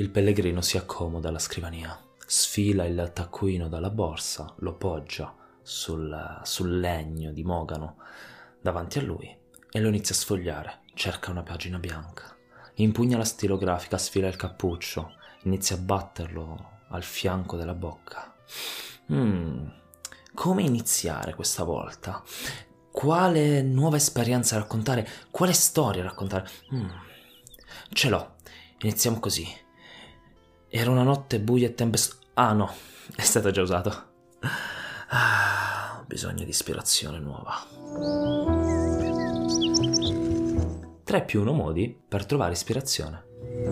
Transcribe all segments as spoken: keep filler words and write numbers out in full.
Il pellegrino si accomoda alla scrivania, sfila il taccuino dalla borsa, lo poggia sul, sul legno di mogano davanti a lui e lo inizia a sfogliare. Cerca una pagina bianca, impugna la stilografica, sfila il cappuccio, inizia a batterlo al fianco della bocca. Mm, come iniziare questa volta? Quale nuova esperienza raccontare? Quale storia raccontare? Mm, ce l'ho, iniziamo così. Era una notte buia e tempestosa. Ah no, è stato già usato. Ah, ho bisogno di ispirazione nuova. tre più uno modi per trovare ispirazione.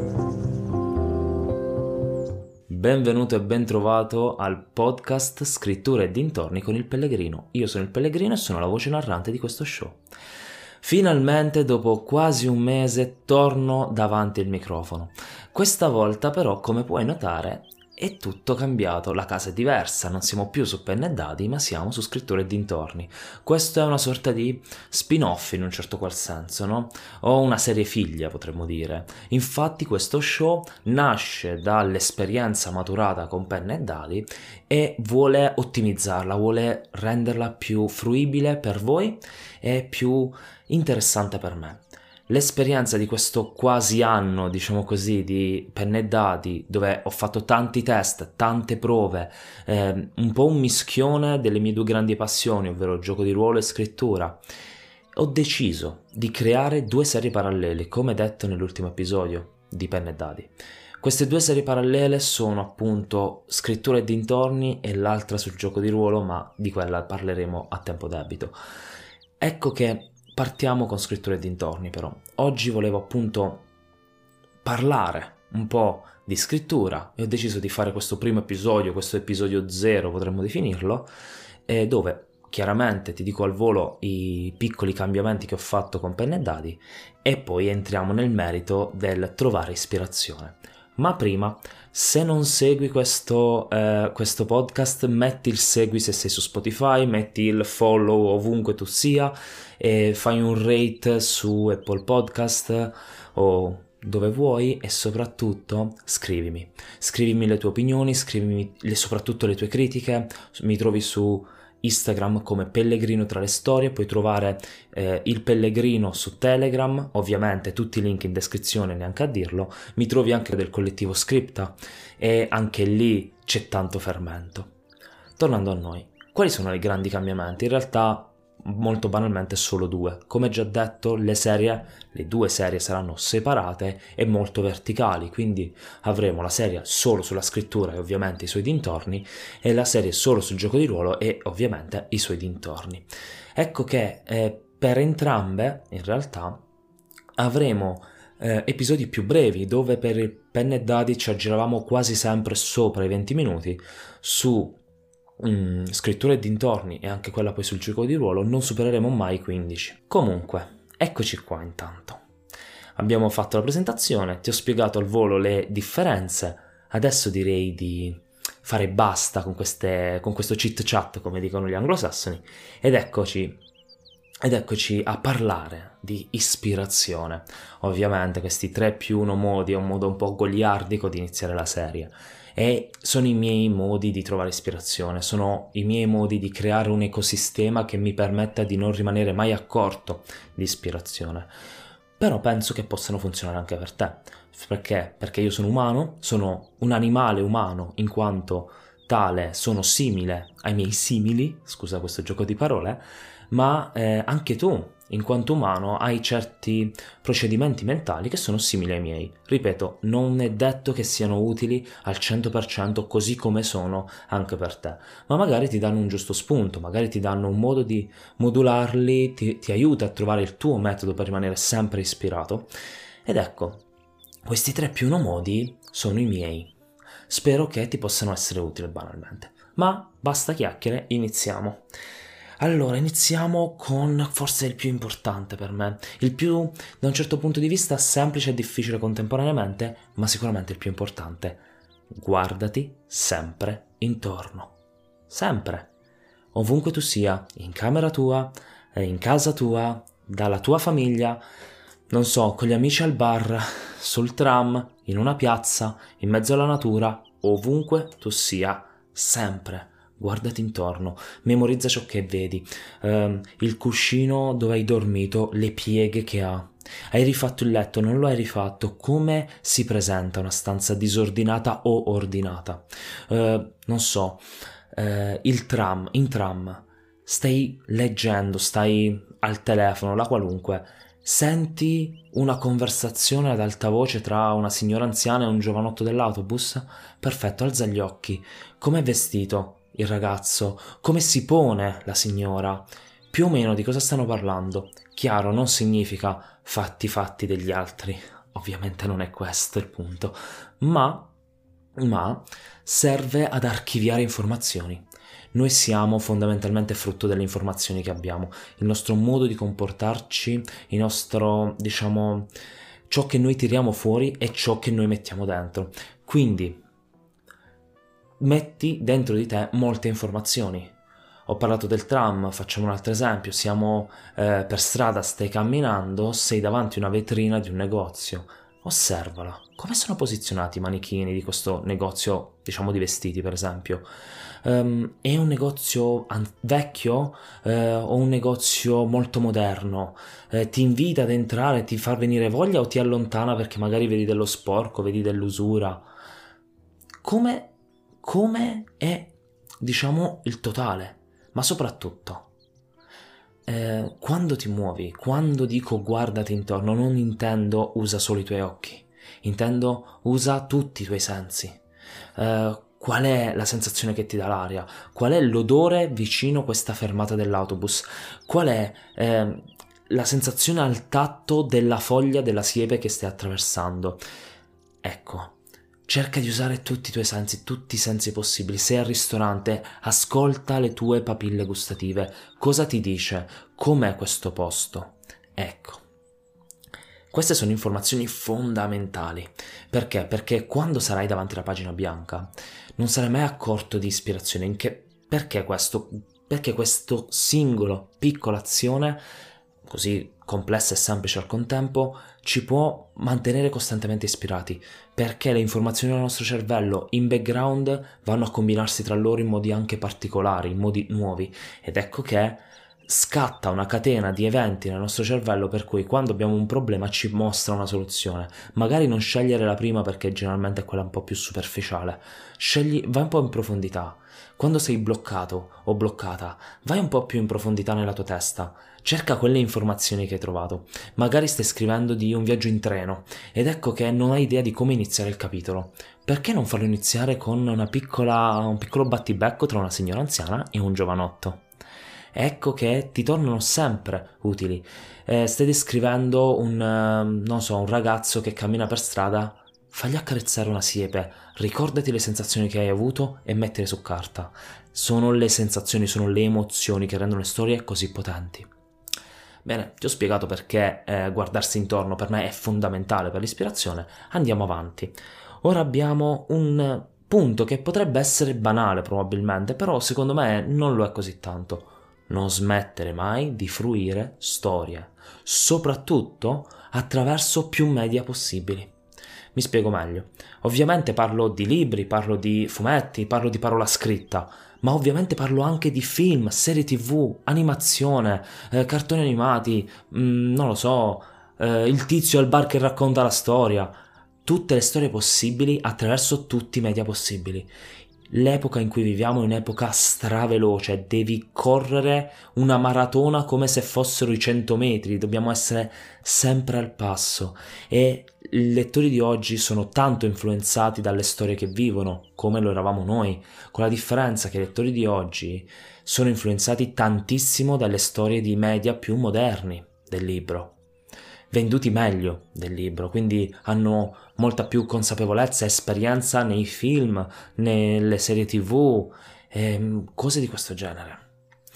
Benvenuto e ben trovato al podcast Scrittura e dintorni con il Pellegrino. Io sono il Pellegrino e sono la voce narrante di questo show. Finalmente, dopo quasi un mese, torno davanti al microfono. Questa volta però, come puoi notare, è tutto cambiato, la casa è diversa, non siamo più su Penna e Dadi, ma siamo su Scrittura e dintorni. Questo è una sorta di spin-off in un certo qual senso, no? O una serie figlia, potremmo dire. Infatti questo show nasce dall'esperienza maturata con Penna e Dadi e vuole ottimizzarla, vuole renderla più fruibile per voi e più interessante per me. L'esperienza di questo quasi anno, diciamo così, di Penna e Dadi, dove ho fatto tanti test, tante prove, eh, un po' un mischione delle mie due grandi passioni, ovvero gioco di ruolo e scrittura, ho deciso di creare due serie parallele, come detto nell'ultimo episodio di Penna e Dadi. Queste due serie parallele sono appunto Scrittura e dintorni e l'altra sul gioco di ruolo, ma di quella parleremo a tempo debito. Ecco che partiamo con Scrittura e dintorni però. Oggi volevo appunto parlare un po' di scrittura e ho deciso di fare questo primo episodio, questo episodio zero potremmo definirlo, eh, dove chiaramente ti dico al volo i piccoli cambiamenti che ho fatto con Penna e Dadi e poi entriamo nel merito del trovare ispirazione. Ma prima, se non segui questo, eh, questo podcast, metti il segui se sei su Spotify, metti il follow ovunque tu sia e fai un rate su Apple Podcast o dove vuoi e soprattutto scrivimi. Scrivimi le tue opinioni, scrivimi le, soprattutto le tue critiche. Mi trovi su Instagram come Pellegrino tra le storie, puoi trovare eh, il Pellegrino su Telegram, ovviamente tutti i link in descrizione, neanche a dirlo. Mi trovi anche del collettivo Scripta e anche lì c'è tanto fermento. Tornando a noi, quali sono i grandi cambiamenti? In realtà molto banalmente solo due. Come già detto, le serie, le due serie saranno separate e molto verticali, quindi avremo la serie solo sulla scrittura e ovviamente i suoi dintorni e la serie solo sul gioco di ruolo e ovviamente i suoi dintorni. Ecco che eh, per entrambe in realtà avremo eh, episodi più brevi dove per il Penna e Dadi ci aggiravamo quasi sempre sopra i venti minuti, su Mm, scrittura e dintorni e anche quella poi sul gioco di ruolo non supereremo mai i quindici. Comunque, eccoci qua intanto. Abbiamo fatto la presentazione, ti ho spiegato al volo le differenze, adesso direi di fare basta con, queste, con questo chit chat come dicono gli anglosassoni ed eccoci, ed eccoci a parlare di ispirazione. Ovviamente questi tre più uno modi è un modo un po' goliardico di iniziare la serie. E sono i miei modi di trovare ispirazione, sono i miei modi di creare un ecosistema che mi permetta di non rimanere mai a corto di ispirazione. Però penso che possano funzionare anche per te. Perché? Perché io sono umano, sono un animale umano, in quanto tale sono simile ai miei simili, scusa questo gioco di parole, ma eh, anche tu, in quanto umano, hai certi procedimenti mentali che sono simili ai miei. Ripeto, non è detto che siano utili al cento per cento così come sono anche per te, ma magari ti danno un giusto spunto, magari ti danno un modo di modularli, ti, ti aiuta a trovare il tuo metodo per rimanere sempre ispirato. Ed ecco, questi tre più uno modi sono i miei. Spero che ti possano essere utili banalmente. Ma basta chiacchiere, iniziamo. Allora, iniziamo con forse il più importante per me, il più, da un certo punto di vista, semplice e difficile contemporaneamente, ma sicuramente il più importante. Guardati sempre intorno. Sempre. Ovunque tu sia, in camera tua, in casa tua, dalla tua famiglia, non so, con gli amici al bar, sul tram, in una piazza, in mezzo alla natura, ovunque tu sia, sempre. Guardati intorno, memorizza ciò che vedi, um, il cuscino dove hai dormito, le pieghe che ha. Hai rifatto il letto, non lo hai rifatto, come si presenta una stanza disordinata o ordinata? Uh, non so, uh, il tram, in tram, stai leggendo, stai al telefono, la qualunque, senti una conversazione ad alta voce tra una signora anziana e un giovanotto dell'autobus? Perfetto, alza gli occhi. Com'è vestito il ragazzo? Come si pone la signora? Più o meno di cosa stanno parlando? Chiaro, non significa fatti fatti degli altri, ovviamente non è questo il punto, ma, ma serve ad archiviare informazioni. Noi siamo fondamentalmente frutto delle informazioni che abbiamo, il nostro modo di comportarci, il nostro, diciamo, ciò che noi tiriamo fuori e ciò che noi mettiamo dentro. Quindi metti dentro di te molte informazioni. Ho parlato del tram, facciamo un altro esempio, siamo eh, per strada, stai camminando, sei davanti a una vetrina di un negozio, osservala, come sono posizionati i manichini di questo negozio, diciamo di vestiti per esempio. Um, è un negozio an- vecchio eh, o un negozio molto moderno? Eh, ti invita ad entrare, ti fa venire voglia o ti allontana perché magari vedi dello sporco, vedi dell'usura? Come, come è, diciamo, il totale? Ma soprattutto, eh, quando ti muovi, quando dico guardati intorno, non intendo usa solo i tuoi occhi, intendo usa tutti i tuoi sensi. Eh, qual è la sensazione che ti dà l'aria? Qual è l'odore vicino a questa fermata dell'autobus? Qual è eh, la sensazione al tatto della foglia della siepe che stai attraversando? Ecco. Cerca di usare tutti i tuoi sensi, tutti i sensi possibili. Sei al ristorante, ascolta le tue papille gustative. Cosa ti dice? Com'è questo posto? Ecco. Queste sono informazioni fondamentali. Perché? Perché quando sarai davanti alla pagina bianca non sarai mai accorto di ispirazione. In che, perché questo? Perché questo singolo, piccola azione, così complessa e semplice al contempo, ci può mantenere costantemente ispirati, perché le informazioni del nostro cervello in background vanno a combinarsi tra loro in modi anche particolari, in modi nuovi, ed ecco che scatta una catena di eventi nel nostro cervello per cui quando abbiamo un problema ci mostra una soluzione. Magari non scegliere la prima perché generalmente è quella un po' più superficiale, scegli, vai un po' in profondità. Quando sei bloccato o bloccata, vai un po' più in profondità nella tua testa, cerca quelle informazioni che hai trovato. Magari stai scrivendo di un viaggio in treno ed ecco che non hai idea di come iniziare il capitolo. Perché non farlo iniziare con una piccola, un piccolo battibecco tra una signora anziana e un giovanotto? Ecco che ti tornano sempre utili. Eh, stai descrivendo un, uh, non so, un ragazzo che cammina per strada, fagli accarezzare una siepe, ricordati le sensazioni che hai avuto e mettile su carta. Sono le sensazioni, sono le emozioni che rendono le storie così potenti. Bene, ti ho spiegato perché eh, guardarsi intorno per me è fondamentale per l'ispirazione. Andiamo avanti. Ora abbiamo un punto che potrebbe essere banale probabilmente, però secondo me non lo è così tanto. Non smettere mai di fruire storie, soprattutto attraverso più media possibili. Mi spiego meglio. Ovviamente parlo di libri, parlo di fumetti, parlo di parola scritta, ma ovviamente parlo anche di film, serie tv, animazione, eh, cartoni animati, mh, non lo so, eh, il tizio al bar che racconta la storia, tutte le storie possibili attraverso tutti i media possibili. L'epoca in cui viviamo è un'epoca straveloce, devi correre una maratona come se fossero i cento metri, dobbiamo essere sempre al passo e i lettori di oggi sono tanto influenzati dalle storie che vivono, come lo eravamo noi, con la differenza che i lettori di oggi sono influenzati tantissimo dalle storie di media più moderni del libro, venduti meglio del libro, quindi hanno molta più consapevolezza e esperienza nei film, nelle serie tv, e cose di questo genere.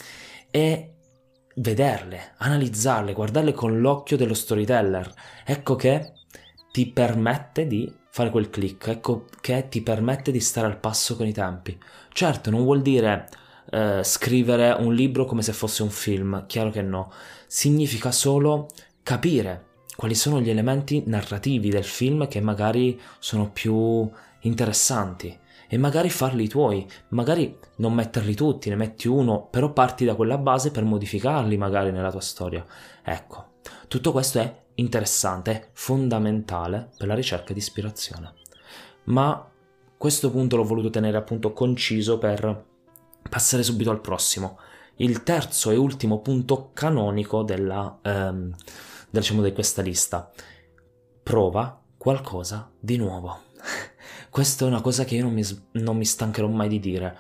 E vederle, analizzarle, guardarle con l'occhio dello storyteller, ecco che ti permette di fare quel click, ecco che ti permette di stare al passo con i tempi. Certo, non vuol dire eh, scrivere un libro come se fosse un film, chiaro che no, significa solo capire quali sono gli elementi narrativi del film che magari sono più interessanti e magari farli tuoi, magari non metterli tutti, ne metti uno, però parti da quella base per modificarli magari nella tua storia. Ecco, tutto questo è interessante, è fondamentale per la ricerca di ispirazione. Ma questo punto l'ho voluto tenere appunto conciso per passare subito al prossimo, il terzo e ultimo punto canonico della, ehm, diciamo, di questa lista. Prova qualcosa di nuovo. Questa è una cosa che io non mi, non mi stancherò mai di dire.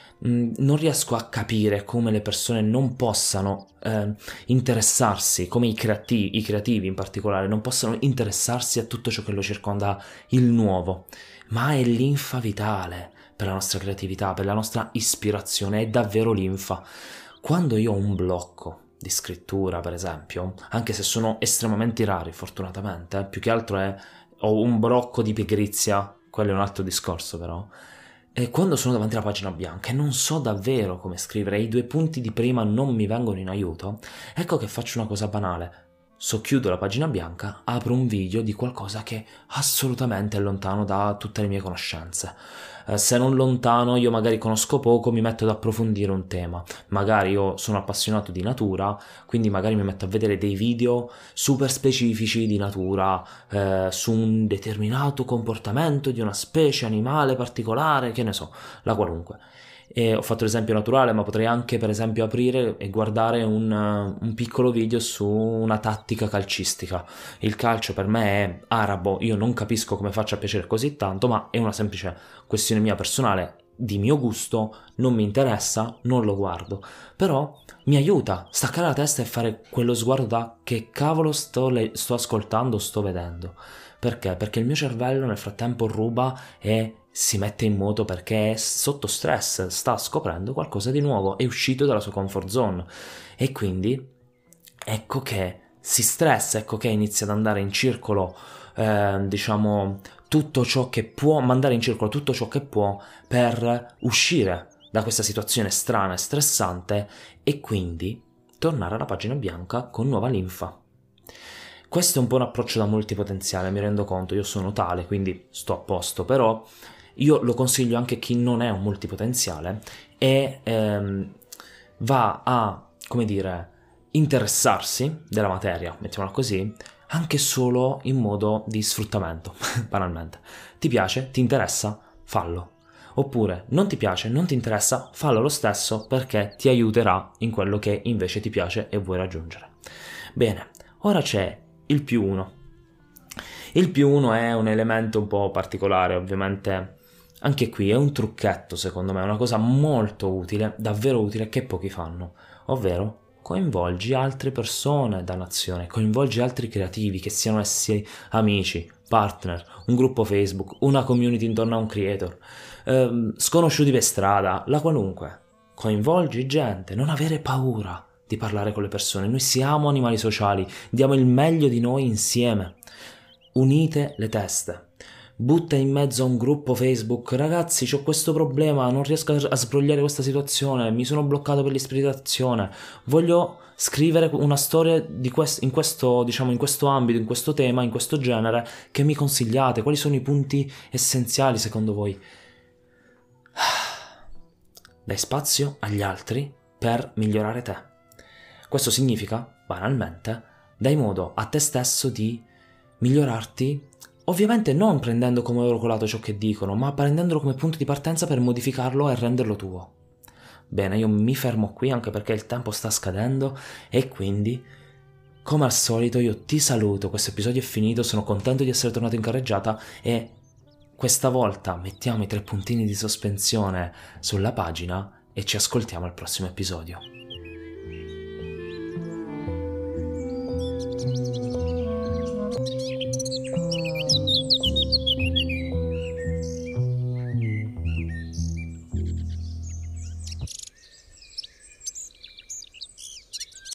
Non riesco a capire come le persone non possano eh, interessarsi, come i creativi, i creativi in particolare, non possano interessarsi a tutto ciò che lo circonda il nuovo. Ma è linfa vitale per la nostra creatività, per la nostra ispirazione, è davvero linfa. Quando io ho un blocco di scrittura, per esempio, anche se sono estremamente rari, fortunatamente, eh, più che altro è ho un blocco di pigrizia, quello è un altro discorso però, e quando sono davanti alla pagina bianca e non so davvero come scrivere, i due punti di prima non mi vengono in aiuto, ecco che faccio una cosa banale. Socchiudo la pagina bianca, apro un video di qualcosa che assolutamente è lontano da tutte le mie conoscenze. Eh, se non lontano, io magari conosco poco, mi metto ad approfondire un tema. Magari io sono appassionato di natura, quindi magari mi metto a vedere dei video super specifici di natura, eh, su un determinato comportamento di una specie animale particolare, che ne so, la qualunque. E ho fatto l'esempio naturale, ma potrei anche per esempio aprire e guardare un, un piccolo video su una tattica calcistica. Il calcio per me è arabo, io non capisco come faccia a piacere così tanto, ma è una semplice questione mia personale, di mio gusto, non mi interessa, non lo guardo, però mi aiuta a staccare la testa e fare quello sguardo da che cavolo sto, le- sto ascoltando, sto vedendo. Perché? Perché il mio cervello nel frattempo ruba e si mette in moto perché è sotto stress, sta scoprendo qualcosa di nuovo, è uscito dalla sua comfort zone e quindi ecco che si stressa, ecco che inizia ad andare in circolo, eh, diciamo, tutto ciò che può, mandare in circolo tutto ciò che può per uscire da questa situazione strana e stressante e quindi tornare alla pagina bianca con nuova linfa. Questo è un po' un approccio da multipotenziale, mi rendo conto, io sono tale, quindi sto a posto, però io lo consiglio anche a chi non è un multipotenziale e ehm, va a, come dire, interessarsi della materia, mettiamola così, anche solo in modo di sfruttamento, banalmente. Ti piace? Ti interessa? Fallo. Oppure non ti piace, non ti interessa, fallo lo stesso perché ti aiuterà in quello che invece ti piace e vuoi raggiungere. Bene, ora c'è il più uno. Il più uno è un elemento un po' particolare, ovviamente anche qui è un trucchetto secondo me, è una cosa molto utile, davvero utile che pochi fanno, ovvero coinvolgi altre persone dall'azione, coinvolgi altri creativi, che siano essi amici, partner, un gruppo Facebook, una community intorno a un creator, ehm, sconosciuti per strada, la qualunque. Coinvolgi gente, non avere paura di parlare con le persone, noi siamo animali sociali, diamo il meglio di noi insieme. Unite le teste. Butta in mezzo a un gruppo Facebook, ragazzi c'ho questo problema, non riesco a sbrogliare questa situazione, mi sono bloccato per l'ispirazione, voglio scrivere una storia di quest- in questo, diciamo, in questo ambito, in questo tema, in questo genere, che mi consigliate? Quali sono i punti essenziali secondo voi? Dai spazio agli altri per migliorare te. Questo significa, banalmente, dai modo a te stesso di migliorarti. Ovviamente non prendendo come oro colato ciò che dicono, ma prendendolo come punto di partenza per modificarlo e renderlo tuo. Bene, io mi fermo qui anche perché il tempo sta scadendo e quindi, come al solito, io ti saluto, questo episodio è finito, sono contento di essere tornato in carreggiata e questa volta mettiamo i tre puntini di sospensione sulla pagina e ci ascoltiamo al prossimo episodio.